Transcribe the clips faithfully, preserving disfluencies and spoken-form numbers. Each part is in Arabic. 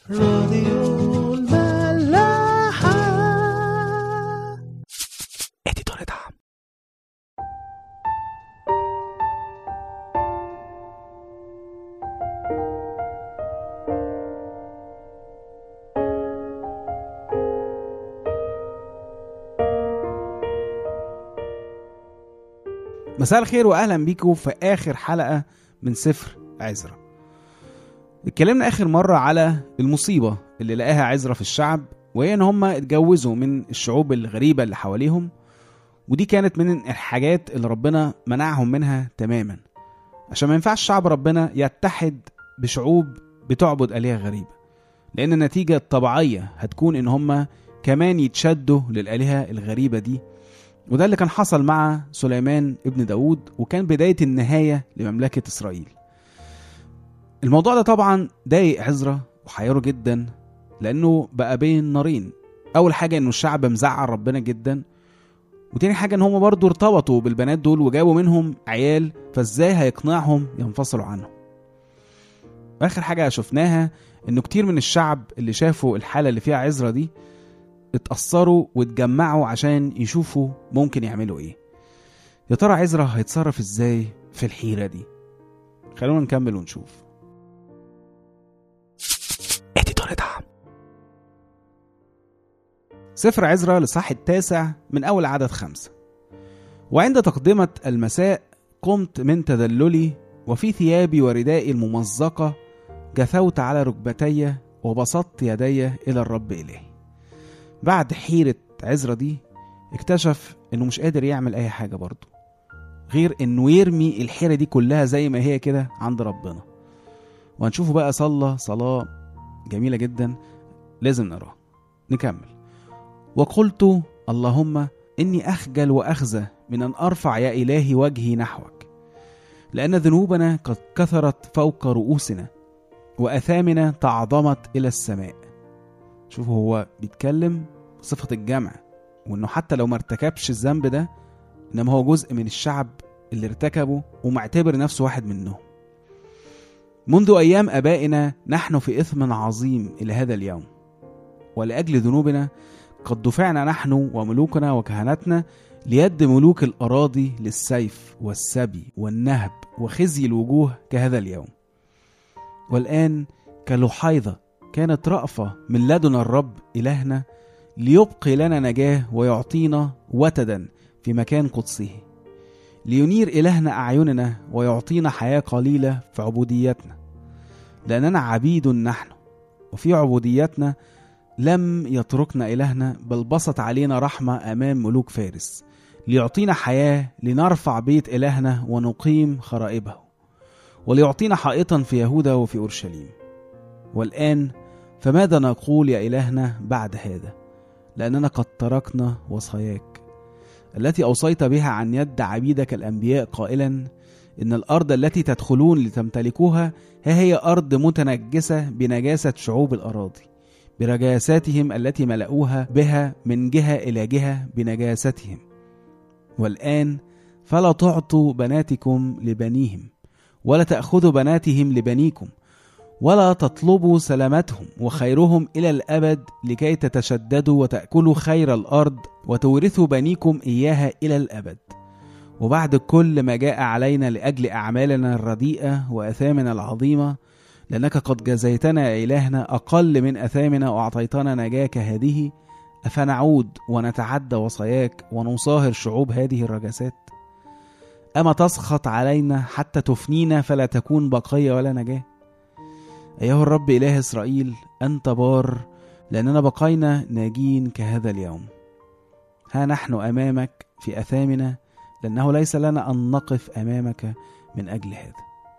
راديو الملاحة. اديتور دعم. مساء الخير واهلا بيكم في اخر حلقة من سفر عزرا. اتكلمنا اخر مرة على المصيبة اللي لقاها عزرا في الشعب، وهي ان هم اتجوزوا من الشعوب الغريبة اللي حواليهم، ودي كانت من الحاجات اللي ربنا منعهم منها تماما، عشان ما ينفعش شعب ربنا يتحد بشعوب بتعبد آلهة غريبة، لان النتيجة الطبيعية هتكون ان هم كمان يتشدوا للآلهة الغريبة دي. وده اللي كان حصل مع سليمان ابن داود، وكان بداية النهاية لمملكة إسرائيل. الموضوع ده طبعا ضايق عزرا وحيره جدا، لأنه بقى بين نارين. أول حاجة إنه الشعب مزعل ربنا جدا، وتاني حاجة إن هم برضو ارتبطوا بالبنات دول وجابوا منهم عيال، فإزاي هيقنعهم ينفصلوا عنهم؟ آخر حاجة شفناها إنه كتير من الشعب اللي شافوا الحالة اللي فيها عزرا دي اتأثروا واتجمعوا عشان يشوفوا ممكن يعملوا ايه. يا ترى عزرا هيتصرف ازاي في الحيرة دي؟ خلونا نكمل ونشوف. اديتور دعم. سفر عزرا لصح التاسع من اول عدد خمسة. وعند تقدمة المساء قمت من تذللي، وفي ثيابي وردائي الممزقة جثوت على ركبتي وبسطت يدي الى الرب الهي. بعد حيرة عزرا دي اكتشف انه مش قادر يعمل اي حاجة برضه غير انه يرمي الحيرة دي كلها زي ما هي كده عند ربنا. وهنشوفه بقى صلى صلاة جميلة جدا لازم نراها. نكمل. وقلت اللهم اني اخجل واخزى من ان ارفع يا الهي وجهي نحوك، لان ذنوبنا قد كثرت فوق رؤوسنا واثامنا تعظمت الى السماء. شوفوا هو بيتكلم بصفة الجمع، وانه حتى لو ما ارتكبش الذنب ده انما هو جزء من الشعب اللي ارتكبه ومعتبر نفسه واحد منهم. منذ ايام ابائنا نحن في اثم عظيم الى هذا اليوم، ولاجل ذنوبنا قد دفعنا نحن وملوكنا وكهنتنا ليد ملوك الاراضي للسيف والسبي والنهب وخزي الوجوه كهذا اليوم. والان كلحيظة كانت رأفة من لدن الرب إلهنا ليبقي لنا نجاة ويعطينا وتدا في مكان قدسه، لينير إلهنا أعيننا ويعطينا حياة قليلة في عبوديتنا، لأننا عبيد نحن، وفي عبوديتنا لم يتركنا إلهنا، بل بسط علينا رحمة أمام ملوك فارس، ليعطينا حياة لنرفع بيت إلهنا ونقيم خرائبه، وليعطينا حائطا في يهوذا وفي أورشليم. والآن فماذا نقول يا إلهنا بعد هذا؟ لأننا قد تركنا وصاياك التي أوصيت بها عن يد عبيدك الأنبياء قائلا إن الأرض التي تدخلون لتمتلكوها ها هي أرض متنجسة بنجاسة شعوب الأراضي، برجاساتهم التي ملأوها بها من جهة إلى جهة بنجاستهم. والآن فلا تعطوا بناتكم لبنيهم، ولا تأخذوا بناتهم لبنيكم، ولا تطلبوا سلامتهم وخيرهم إلى الأبد، لكي تتشددوا وتأكلوا خير الأرض وتورثوا بنيكم إياها إلى الأبد. وبعد كل ما جاء علينا لأجل أعمالنا الرديئة وأثامنا العظيمة، لأنك قد جزيتنا يا إلهنا أقل من أثامنا وأعطيتنا نجاة كهذه، أفنعود ونتعدى وصاياك ونصاهر شعوب هذه الرجاسات؟ أما تسخط علينا حتى تفنينا فلا تكون بقية ولا نجاة؟ أيها الرب إله إسرائيل أنت بار، لأننا بقينا ناجين كهذا اليوم. ها نحن أمامك في أثامنا، لأنه ليس لنا أن نقف أمامك من أجل هذا.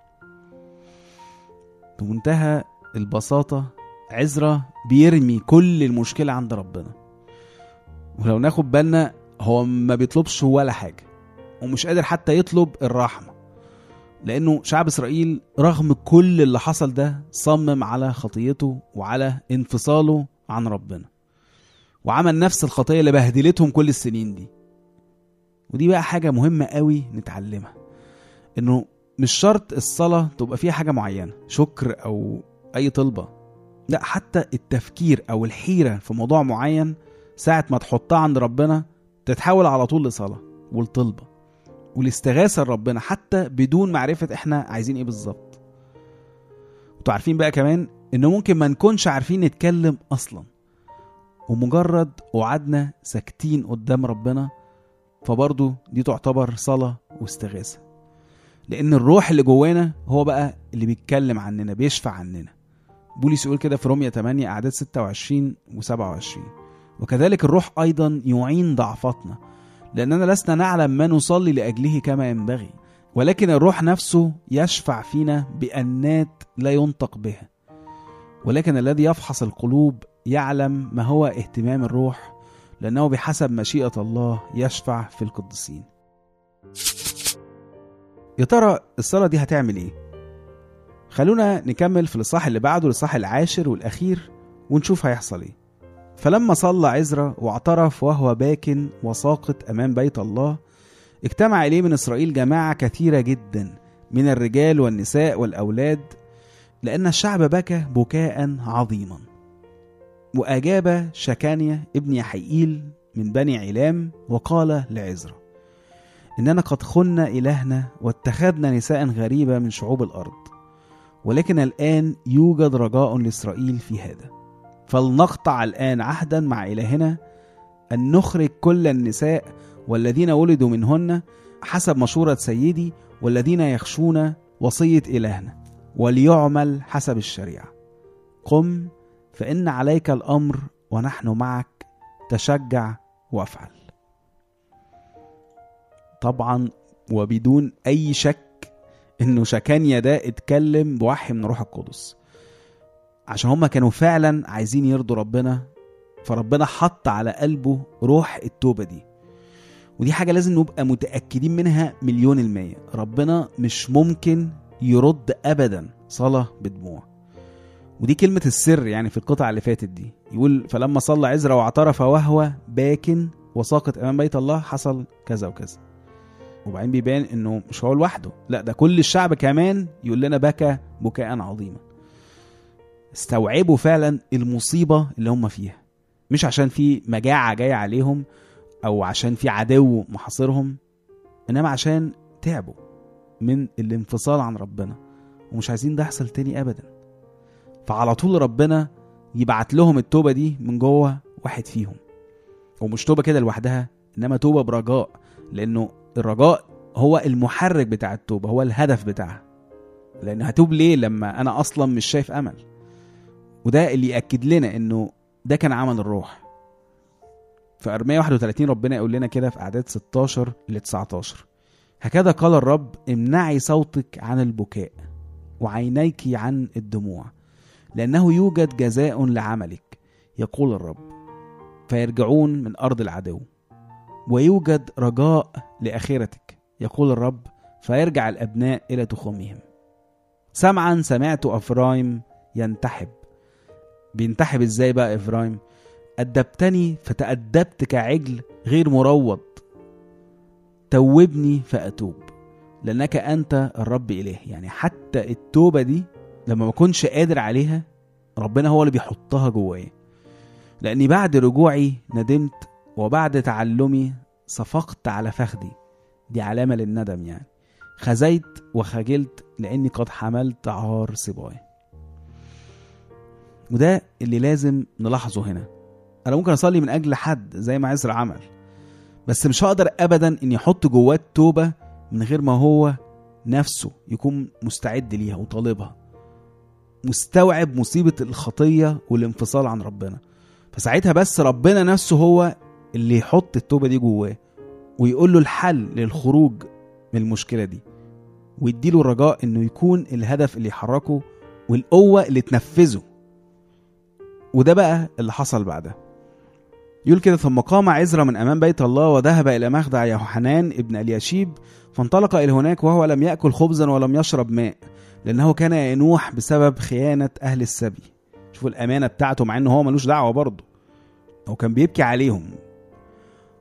بمنتهى البساطة عزرا بيرمي كل المشكلة عند ربنا، ولو ناخد بالنا هو ما بيطلبش ولا حاجة، ومش قادر حتى يطلب الرحمة، لأنه شعب إسرائيل رغم كل اللي حصل ده صمم على خطيته وعلى انفصاله عن ربنا، وعمل نفس الخطية اللي بهدلتهم كل السنين دي. ودي بقى حاجة مهمة قوي نتعلمها، إنه مش شرط الصلاة تبقى فيها حاجة معينة، شكر أو أي طلبة، لا، حتى التفكير او الحيرة في موضوع معين ساعة ما تحطها عند ربنا تتحول على طول لصلاة والطلبة والاستغاثة لربنا حتى بدون معرفة احنا عايزين ايه بالظبط. انتوا عارفين بقى كمان انه ممكن ما نكونش عارفين نتكلم اصلا، ومجرد قعدنا ساكتين قدام ربنا فبرضو دي تعتبر صلاة واستغاثة، لان الروح اللي جوانا هو بقى اللي بيتكلم عننا بيشفع عننا. بولس يقول كده في رومية ثمانية أعداد ستة وعشرين وسبعة وعشرين: وكذلك الروح أيضا يعين ضعفاتنا، لأننا لسنا نعلم ما نصلي لأجله كما ينبغي، ولكن الروح نفسه يشفع فينا بأنات لا ينطق بها، ولكن الذي يفحص القلوب يعلم ما هو اهتمام الروح، لأنه بحسب مشيئة الله يشفع في القديسين. يا ترى الصلاة دي هتعمل ايه؟ خلونا نكمل في الإصحاح اللي بعده، الإصحاح العاشر والأخير، ونشوف هيحصل ايه. فلما صلى عزرا واعترف وهو باك وساقط أمام بيت الله، اجتمع إليه من إسرائيل جماعة كثيرة جدا من الرجال والنساء والأولاد، لأن الشعب بكى بكاء عظيما. وأجاب شكانيا ابن يحيئيل من بني علام وقال لعزرا: إننا قد خنا إلهنا واتخذنا نساء غريبة من شعوب الأرض، ولكن الآن يوجد رجاء لإسرائيل في هذا، فلنقطع الآن عهدا مع إلهنا أن نخرج كل النساء والذين ولدوا منهن حسب مشورة سيدي والذين يخشون وصية إلهنا، وليعمل حسب الشريعة. قم فإن عليك الأمر ونحن معك، تشجع وافعل. طبعا وبدون أي شك إنه شكانيا ده اتكلم بوحي من روح القدس، عشان هما كانوا فعلا عايزين يرضوا ربنا، فربنا حط على قلبه روح التوبة دي. ودي حاجة لازم نبقى متأكدين منها مليون المية، ربنا مش ممكن يرد أبدا صلاة بدموع. ودي كلمة السر يعني في القطعة اللي فاتت دي، يقول فلما صلى عزرا واعترف وهو باك وساقط أمام بيت الله حصل كذا وكذا. وبعدين بيبان انه مش هو لوحده، لا ده كل الشعب كمان يقول لنا بكى بكاء عظيما. استوعبوا فعلا المصيبة اللي هم فيها، مش عشان في مجاعة جاية عليهم او عشان في عدو محاصرهم، انما عشان تعبوا من الانفصال عن ربنا ومش عايزين ده يحصل تاني ابدا. فعلى طول ربنا يبعت لهم التوبة دي من جوه واحد فيهم، ومش توبة كده لوحدها انما توبة برجاء، لانه الرجاء هو المحرك بتاع التوبة، هو الهدف بتاعها. لأن هتوب ليه لما أنا أصلا مش شايف أمل؟ وده اللي يأكد لنا إنه ده كان عمل الروح. في أرمية واحد وثلاثين ربنا يقول لنا كده في أعداد ستاشر ل تسعتاشر: هكذا قال الرب: امنعي صوتك عن البكاء وعينيك عن الدموع، لأنه يوجد جزاء لعملك، يقول الرب، فيرجعون من أرض العدو، ويوجد رجاء لآخرتك، يقول الرب، فيرجع الأبناء إلى تخومهم. سمعا سمعت أفرايم ينتحب. بينتحب إزاي بقى إفرايم؟ أدبتني فتأدبت كعجل غير مروض، توبني فأتوب لأنك أنت الرب إله. يعني حتى التوبة دي لما ما كنش قادر عليها ربنا هو اللي بيحطها جوايا، لأني بعد رجوعي ندمت، وبعد تعلمي صفقت على فخدي. دي علامة للندم، يعني خزيت وخجلت لأني قد حملت عار صباي. وده اللي لازم نلاحظه هنا. أنا ممكن أصلي من أجل حد زي ما عزرا عمل، بس مش هقدر أبدا إني أحط جواه التوبة من غير ما هو نفسه يكون مستعد ليها وطالبها، مستوعب مصيبة الخطية والانفصال عن ربنا. فساعتها بس ربنا نفسه هو اللي يحط التوبة دي جواه ويقول له الحل للخروج من المشكلة دي، ويديله الرجاء انه يكون الهدف اللي يحركه والقوة اللي تنفذه. وده بقى اللي حصل بعدها. يقول كده: ثم قام عزرا من امام بيت الله وذهب الى مخدع يوحنان ابن الياشيب، فانطلق الى هناك وهو لم يأكل خبزا ولم يشرب ماء، لانه كان ينوح بسبب خيانة اهل السبي. شوفوا الامانة بتاعته، مع انه هو ملوش دعوة برضه، هو كان بيبكي عليهم.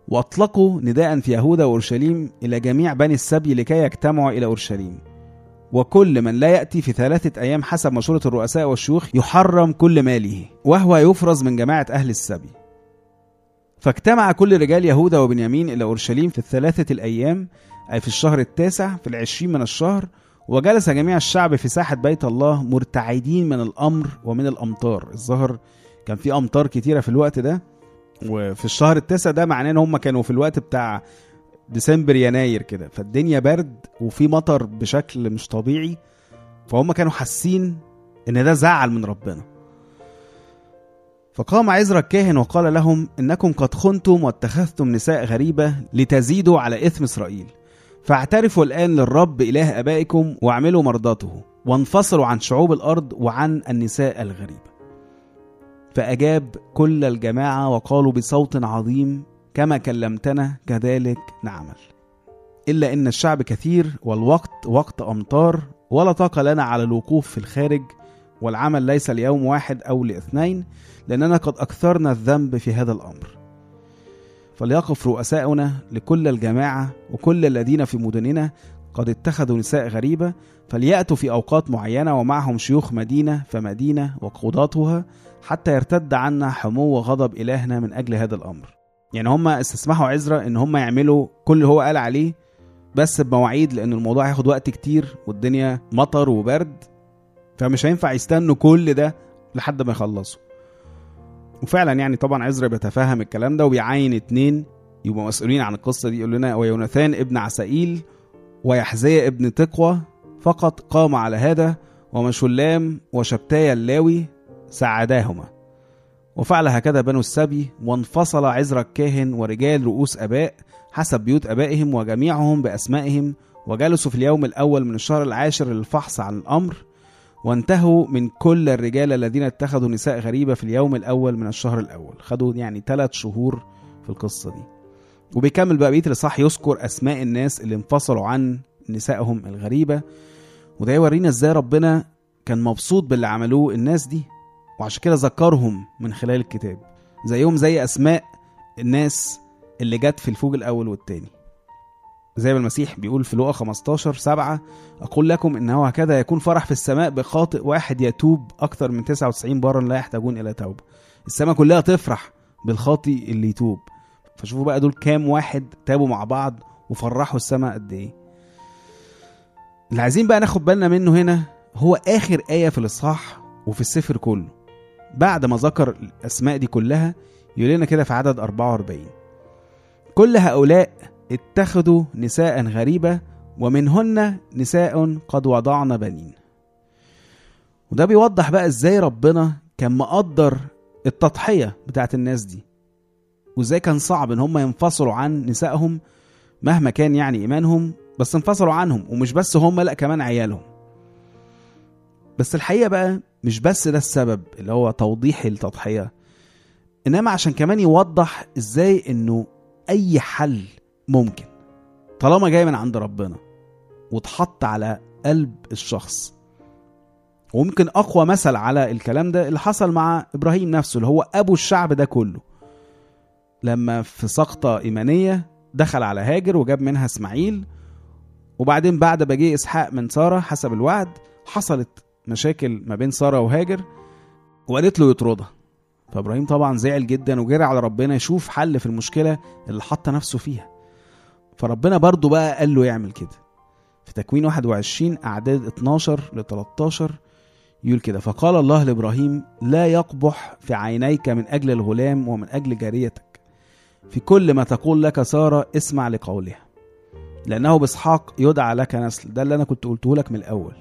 واطلقوا نداء في يهوذا وأورشليم الى جميع بني السبي لكي يجتمعوا الى أورشليم، وكل من لا يأتي في ثلاثة أيام حسب مشورة الرؤساء والشيوخ يحرم كل ماله، وهو يفرز من جماعة أهل السبي. فاجتمع كل رجال يهوذا وبنيامين إلى أورشليم في الثلاثة الأيام، أي في الشهر التاسع في العشرين من الشهر. وجلس جميع الشعب في ساحة بيت الله مرتعدين من الأمر ومن الأمطار. الظهر كان في أمطار كتيرة في الوقت ده، وفي الشهر التاسع ده معناه ان هم كانوا في الوقت بتاع ديسمبر يناير كده، فالدنيا برد وفي مطر بشكل مش طبيعي، فهم كانوا حاسين ان ده زعل من ربنا. فقام عزرا الكاهن وقال لهم: انكم قد خنتم واتخذتم نساء غريبة لتزيدوا على اثم اسرائيل، فاعترفوا الان للرب اله ابائكم واعملوا مرضاته، وانفصلوا عن شعوب الارض وعن النساء الغريبة. فأجاب كل الجماعة وقالوا بصوت عظيم: كما كلمتنا كذلك نعمل، إلا إن الشعب كثير والوقت وقت أمطار، ولا طاقة لنا على الوقوف في الخارج، والعمل ليس ليوم واحد أو لاثنين، لأننا قد أكثرنا الذنب في هذا الأمر. فليقف رؤساؤنا لكل الجماعة وكل الذين في مدننا قد اتخذوا نساء غريبة، فليأتوا في أوقات معينة ومعهم شيوخ مدينة فمدينة وقضاتها، حتى يرتد عنا حمو وغضب إلهنا من أجل هذا الأمر. يعني هم استسمحوا عزرا إن هم يعملوا كل اللي هو قال عليه، بس بمواعيد، لأن الموضوع هياخد وقت كتير والدنيا مطر وبرد، فمش هينفع يستنوا كل ده لحد ما يخلصوا. وفعلا يعني طبعا عزرا بيتفهم الكلام ده، وبيعين اتنين يبقوا مسؤولين عن القصة دي. يقول لنا: ويوناثان ابن عسائيل ويحزية ابن تقوى فقط قام على هذا، ومشلام وشبتايا اللاوي ساعداهما. وفعل هكذا بنو السبي، وانفصل عزرا الكاهن ورجال رؤوس أباء حسب بيوت أبائهم وجميعهم بأسمائهم، وجلسوا في اليوم الأول من الشهر العاشر للفحص عن الأمر، وانتهوا من كل الرجال الذين اتخذوا نساء غريبة في اليوم الأول من الشهر الأول. خدوا يعني ثلاث شهور في القصة دي. وبيكمل بقى بقية الإصحاح يذكر أسماء الناس اللي انفصلوا عن نسائهم الغريبة، وده يورينا ازاي ربنا كان مبسوط باللي عملوه الناس دي، وعشان كده ذكرهم من خلال الكتاب، زيهم زي أسماء الناس اللي جت في الفوج الأول والتاني. زي ما المسيح بيقول في لوقا خمستاشر سبعة: أقول لكم إنه هكذا يكون فرح في السماء بخاطئ واحد يتوب أكثر من تسعة وتسعين بارا لا يحتاجون إلى توبة. السماء كلها تفرح بالخاطئ اللي يتوب. فشوفوا بقى دول كام واحد تابوا مع بعض وفرحوا السماء قد إيه. اللي عايزين بقى ناخد بالنا منه هنا هو آخر آية في الإصحاح وفي السفر كله. بعد ما ذكر الأسماء دي كلها يقول لنا كده في عدد أربعة وأربعين: كل هؤلاء اتخذوا نساء غريبة ومنهن نساء قد وضعن بنين. وده بيوضح بقى ازاي ربنا كان مقدر التضحية بتاعت الناس دي، وازاي كان صعب ان هم ينفصلوا عن نسائهم مهما كان يعني ايمانهم، بس انفصلوا عنهم. ومش بس هم، لا كمان عيالهم. بس الحقيقة بقى مش بس ده السبب اللي هو توضيح التضحية، انما عشان كمان يوضح ازاي انه اي حل ممكن طالما جاي من عند ربنا وتحط على قلب الشخص. وممكن اقوى مثل على الكلام ده اللي حصل مع ابراهيم نفسه، اللي هو ابو الشعب ده كله، لما في سقطة ايمانية دخل على هاجر وجاب منها اسماعيل، وبعدين بعد بجي اسحاق من سارة حسب الوعد حصلت مشاكل ما بين سارة وهاجر وقالت له يطردها. فابراهيم طبعا زعل جدا وجرى على ربنا يشوف حل في المشكلة اللي حط نفسه فيها. فربنا برضو بقى قال له يعمل كده. في تكوين واحد وعشرين أعداد اتناشر لتلتاشر يقول كده: فقال الله لإبراهيم: لا يقبح في عينيك من أجل الغلام ومن أجل جاريتك، في كل ما تقول لك سارة اسمع لقولها، لأنه بإسحاق يدعى لك نسل. ده اللي أنا كنت قلته لك من الأول.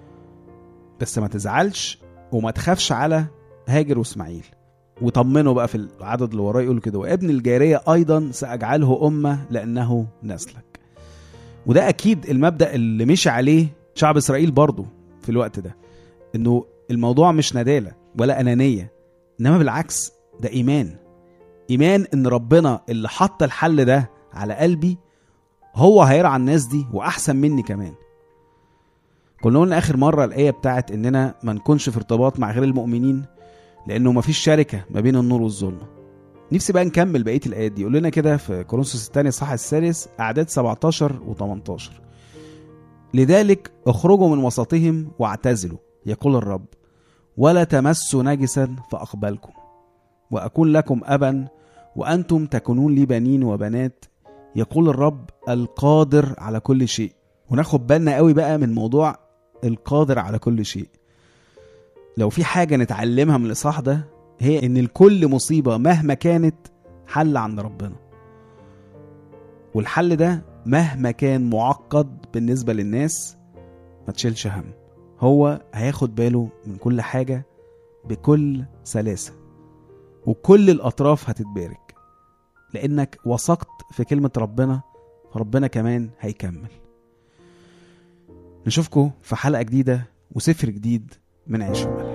بس ما تزعلش وما تخافش على هاجر واسماعيل. وطمنه بقى في العدد اللي وراه يقول كده: وابن الجارية أيضا سأجعله أمة لأنه نسلك. وده أكيد المبدأ اللي مشي عليه شعب إسرائيل برضو في الوقت ده، إنه الموضوع مش ندالة ولا أنانية، إنما بالعكس ده إيمان. إيمان إن ربنا اللي حط الحل ده على قلبي هو هيرعى الناس دي وأحسن مني كمان. كنا قلنا آخر مرة الآية بتاعت إننا ما نكونش في ارتباط مع غير المؤمنين لأنه ما فيش شركة ما بين النور والظلمة. نفسي بقى نكمل بقية الآيات دي. يقول لنا كده في كورنثوس الثانية صح الثالث أعداد سبعتاشر و تمنتاشر: لذلك اخرجوا من وسطهم واعتزلوا يقول الرب، ولا تمسوا نجسا فأقبلكم، وأكون لكم أبا وأنتم تكونون لي بنين وبنات، يقول الرب القادر على كل شيء. وناخد بالنا قوي بقى من موضوع القادر على كل شيء. لو في حاجة نتعلمها من الإصحاح ده هي إن الكل مصيبة مهما كانت حل عند ربنا، والحل ده مهما كان معقد بالنسبة للناس ما تشيلش هم، هو هياخد باله من كل حاجة بكل سلاسة، وكل الأطراف هتتبارك لأنك وثقت في كلمة ربنا، فربنا كمان هيكمل. نشوفكم في حلقة جديدة وسفر جديد من عيش وملح.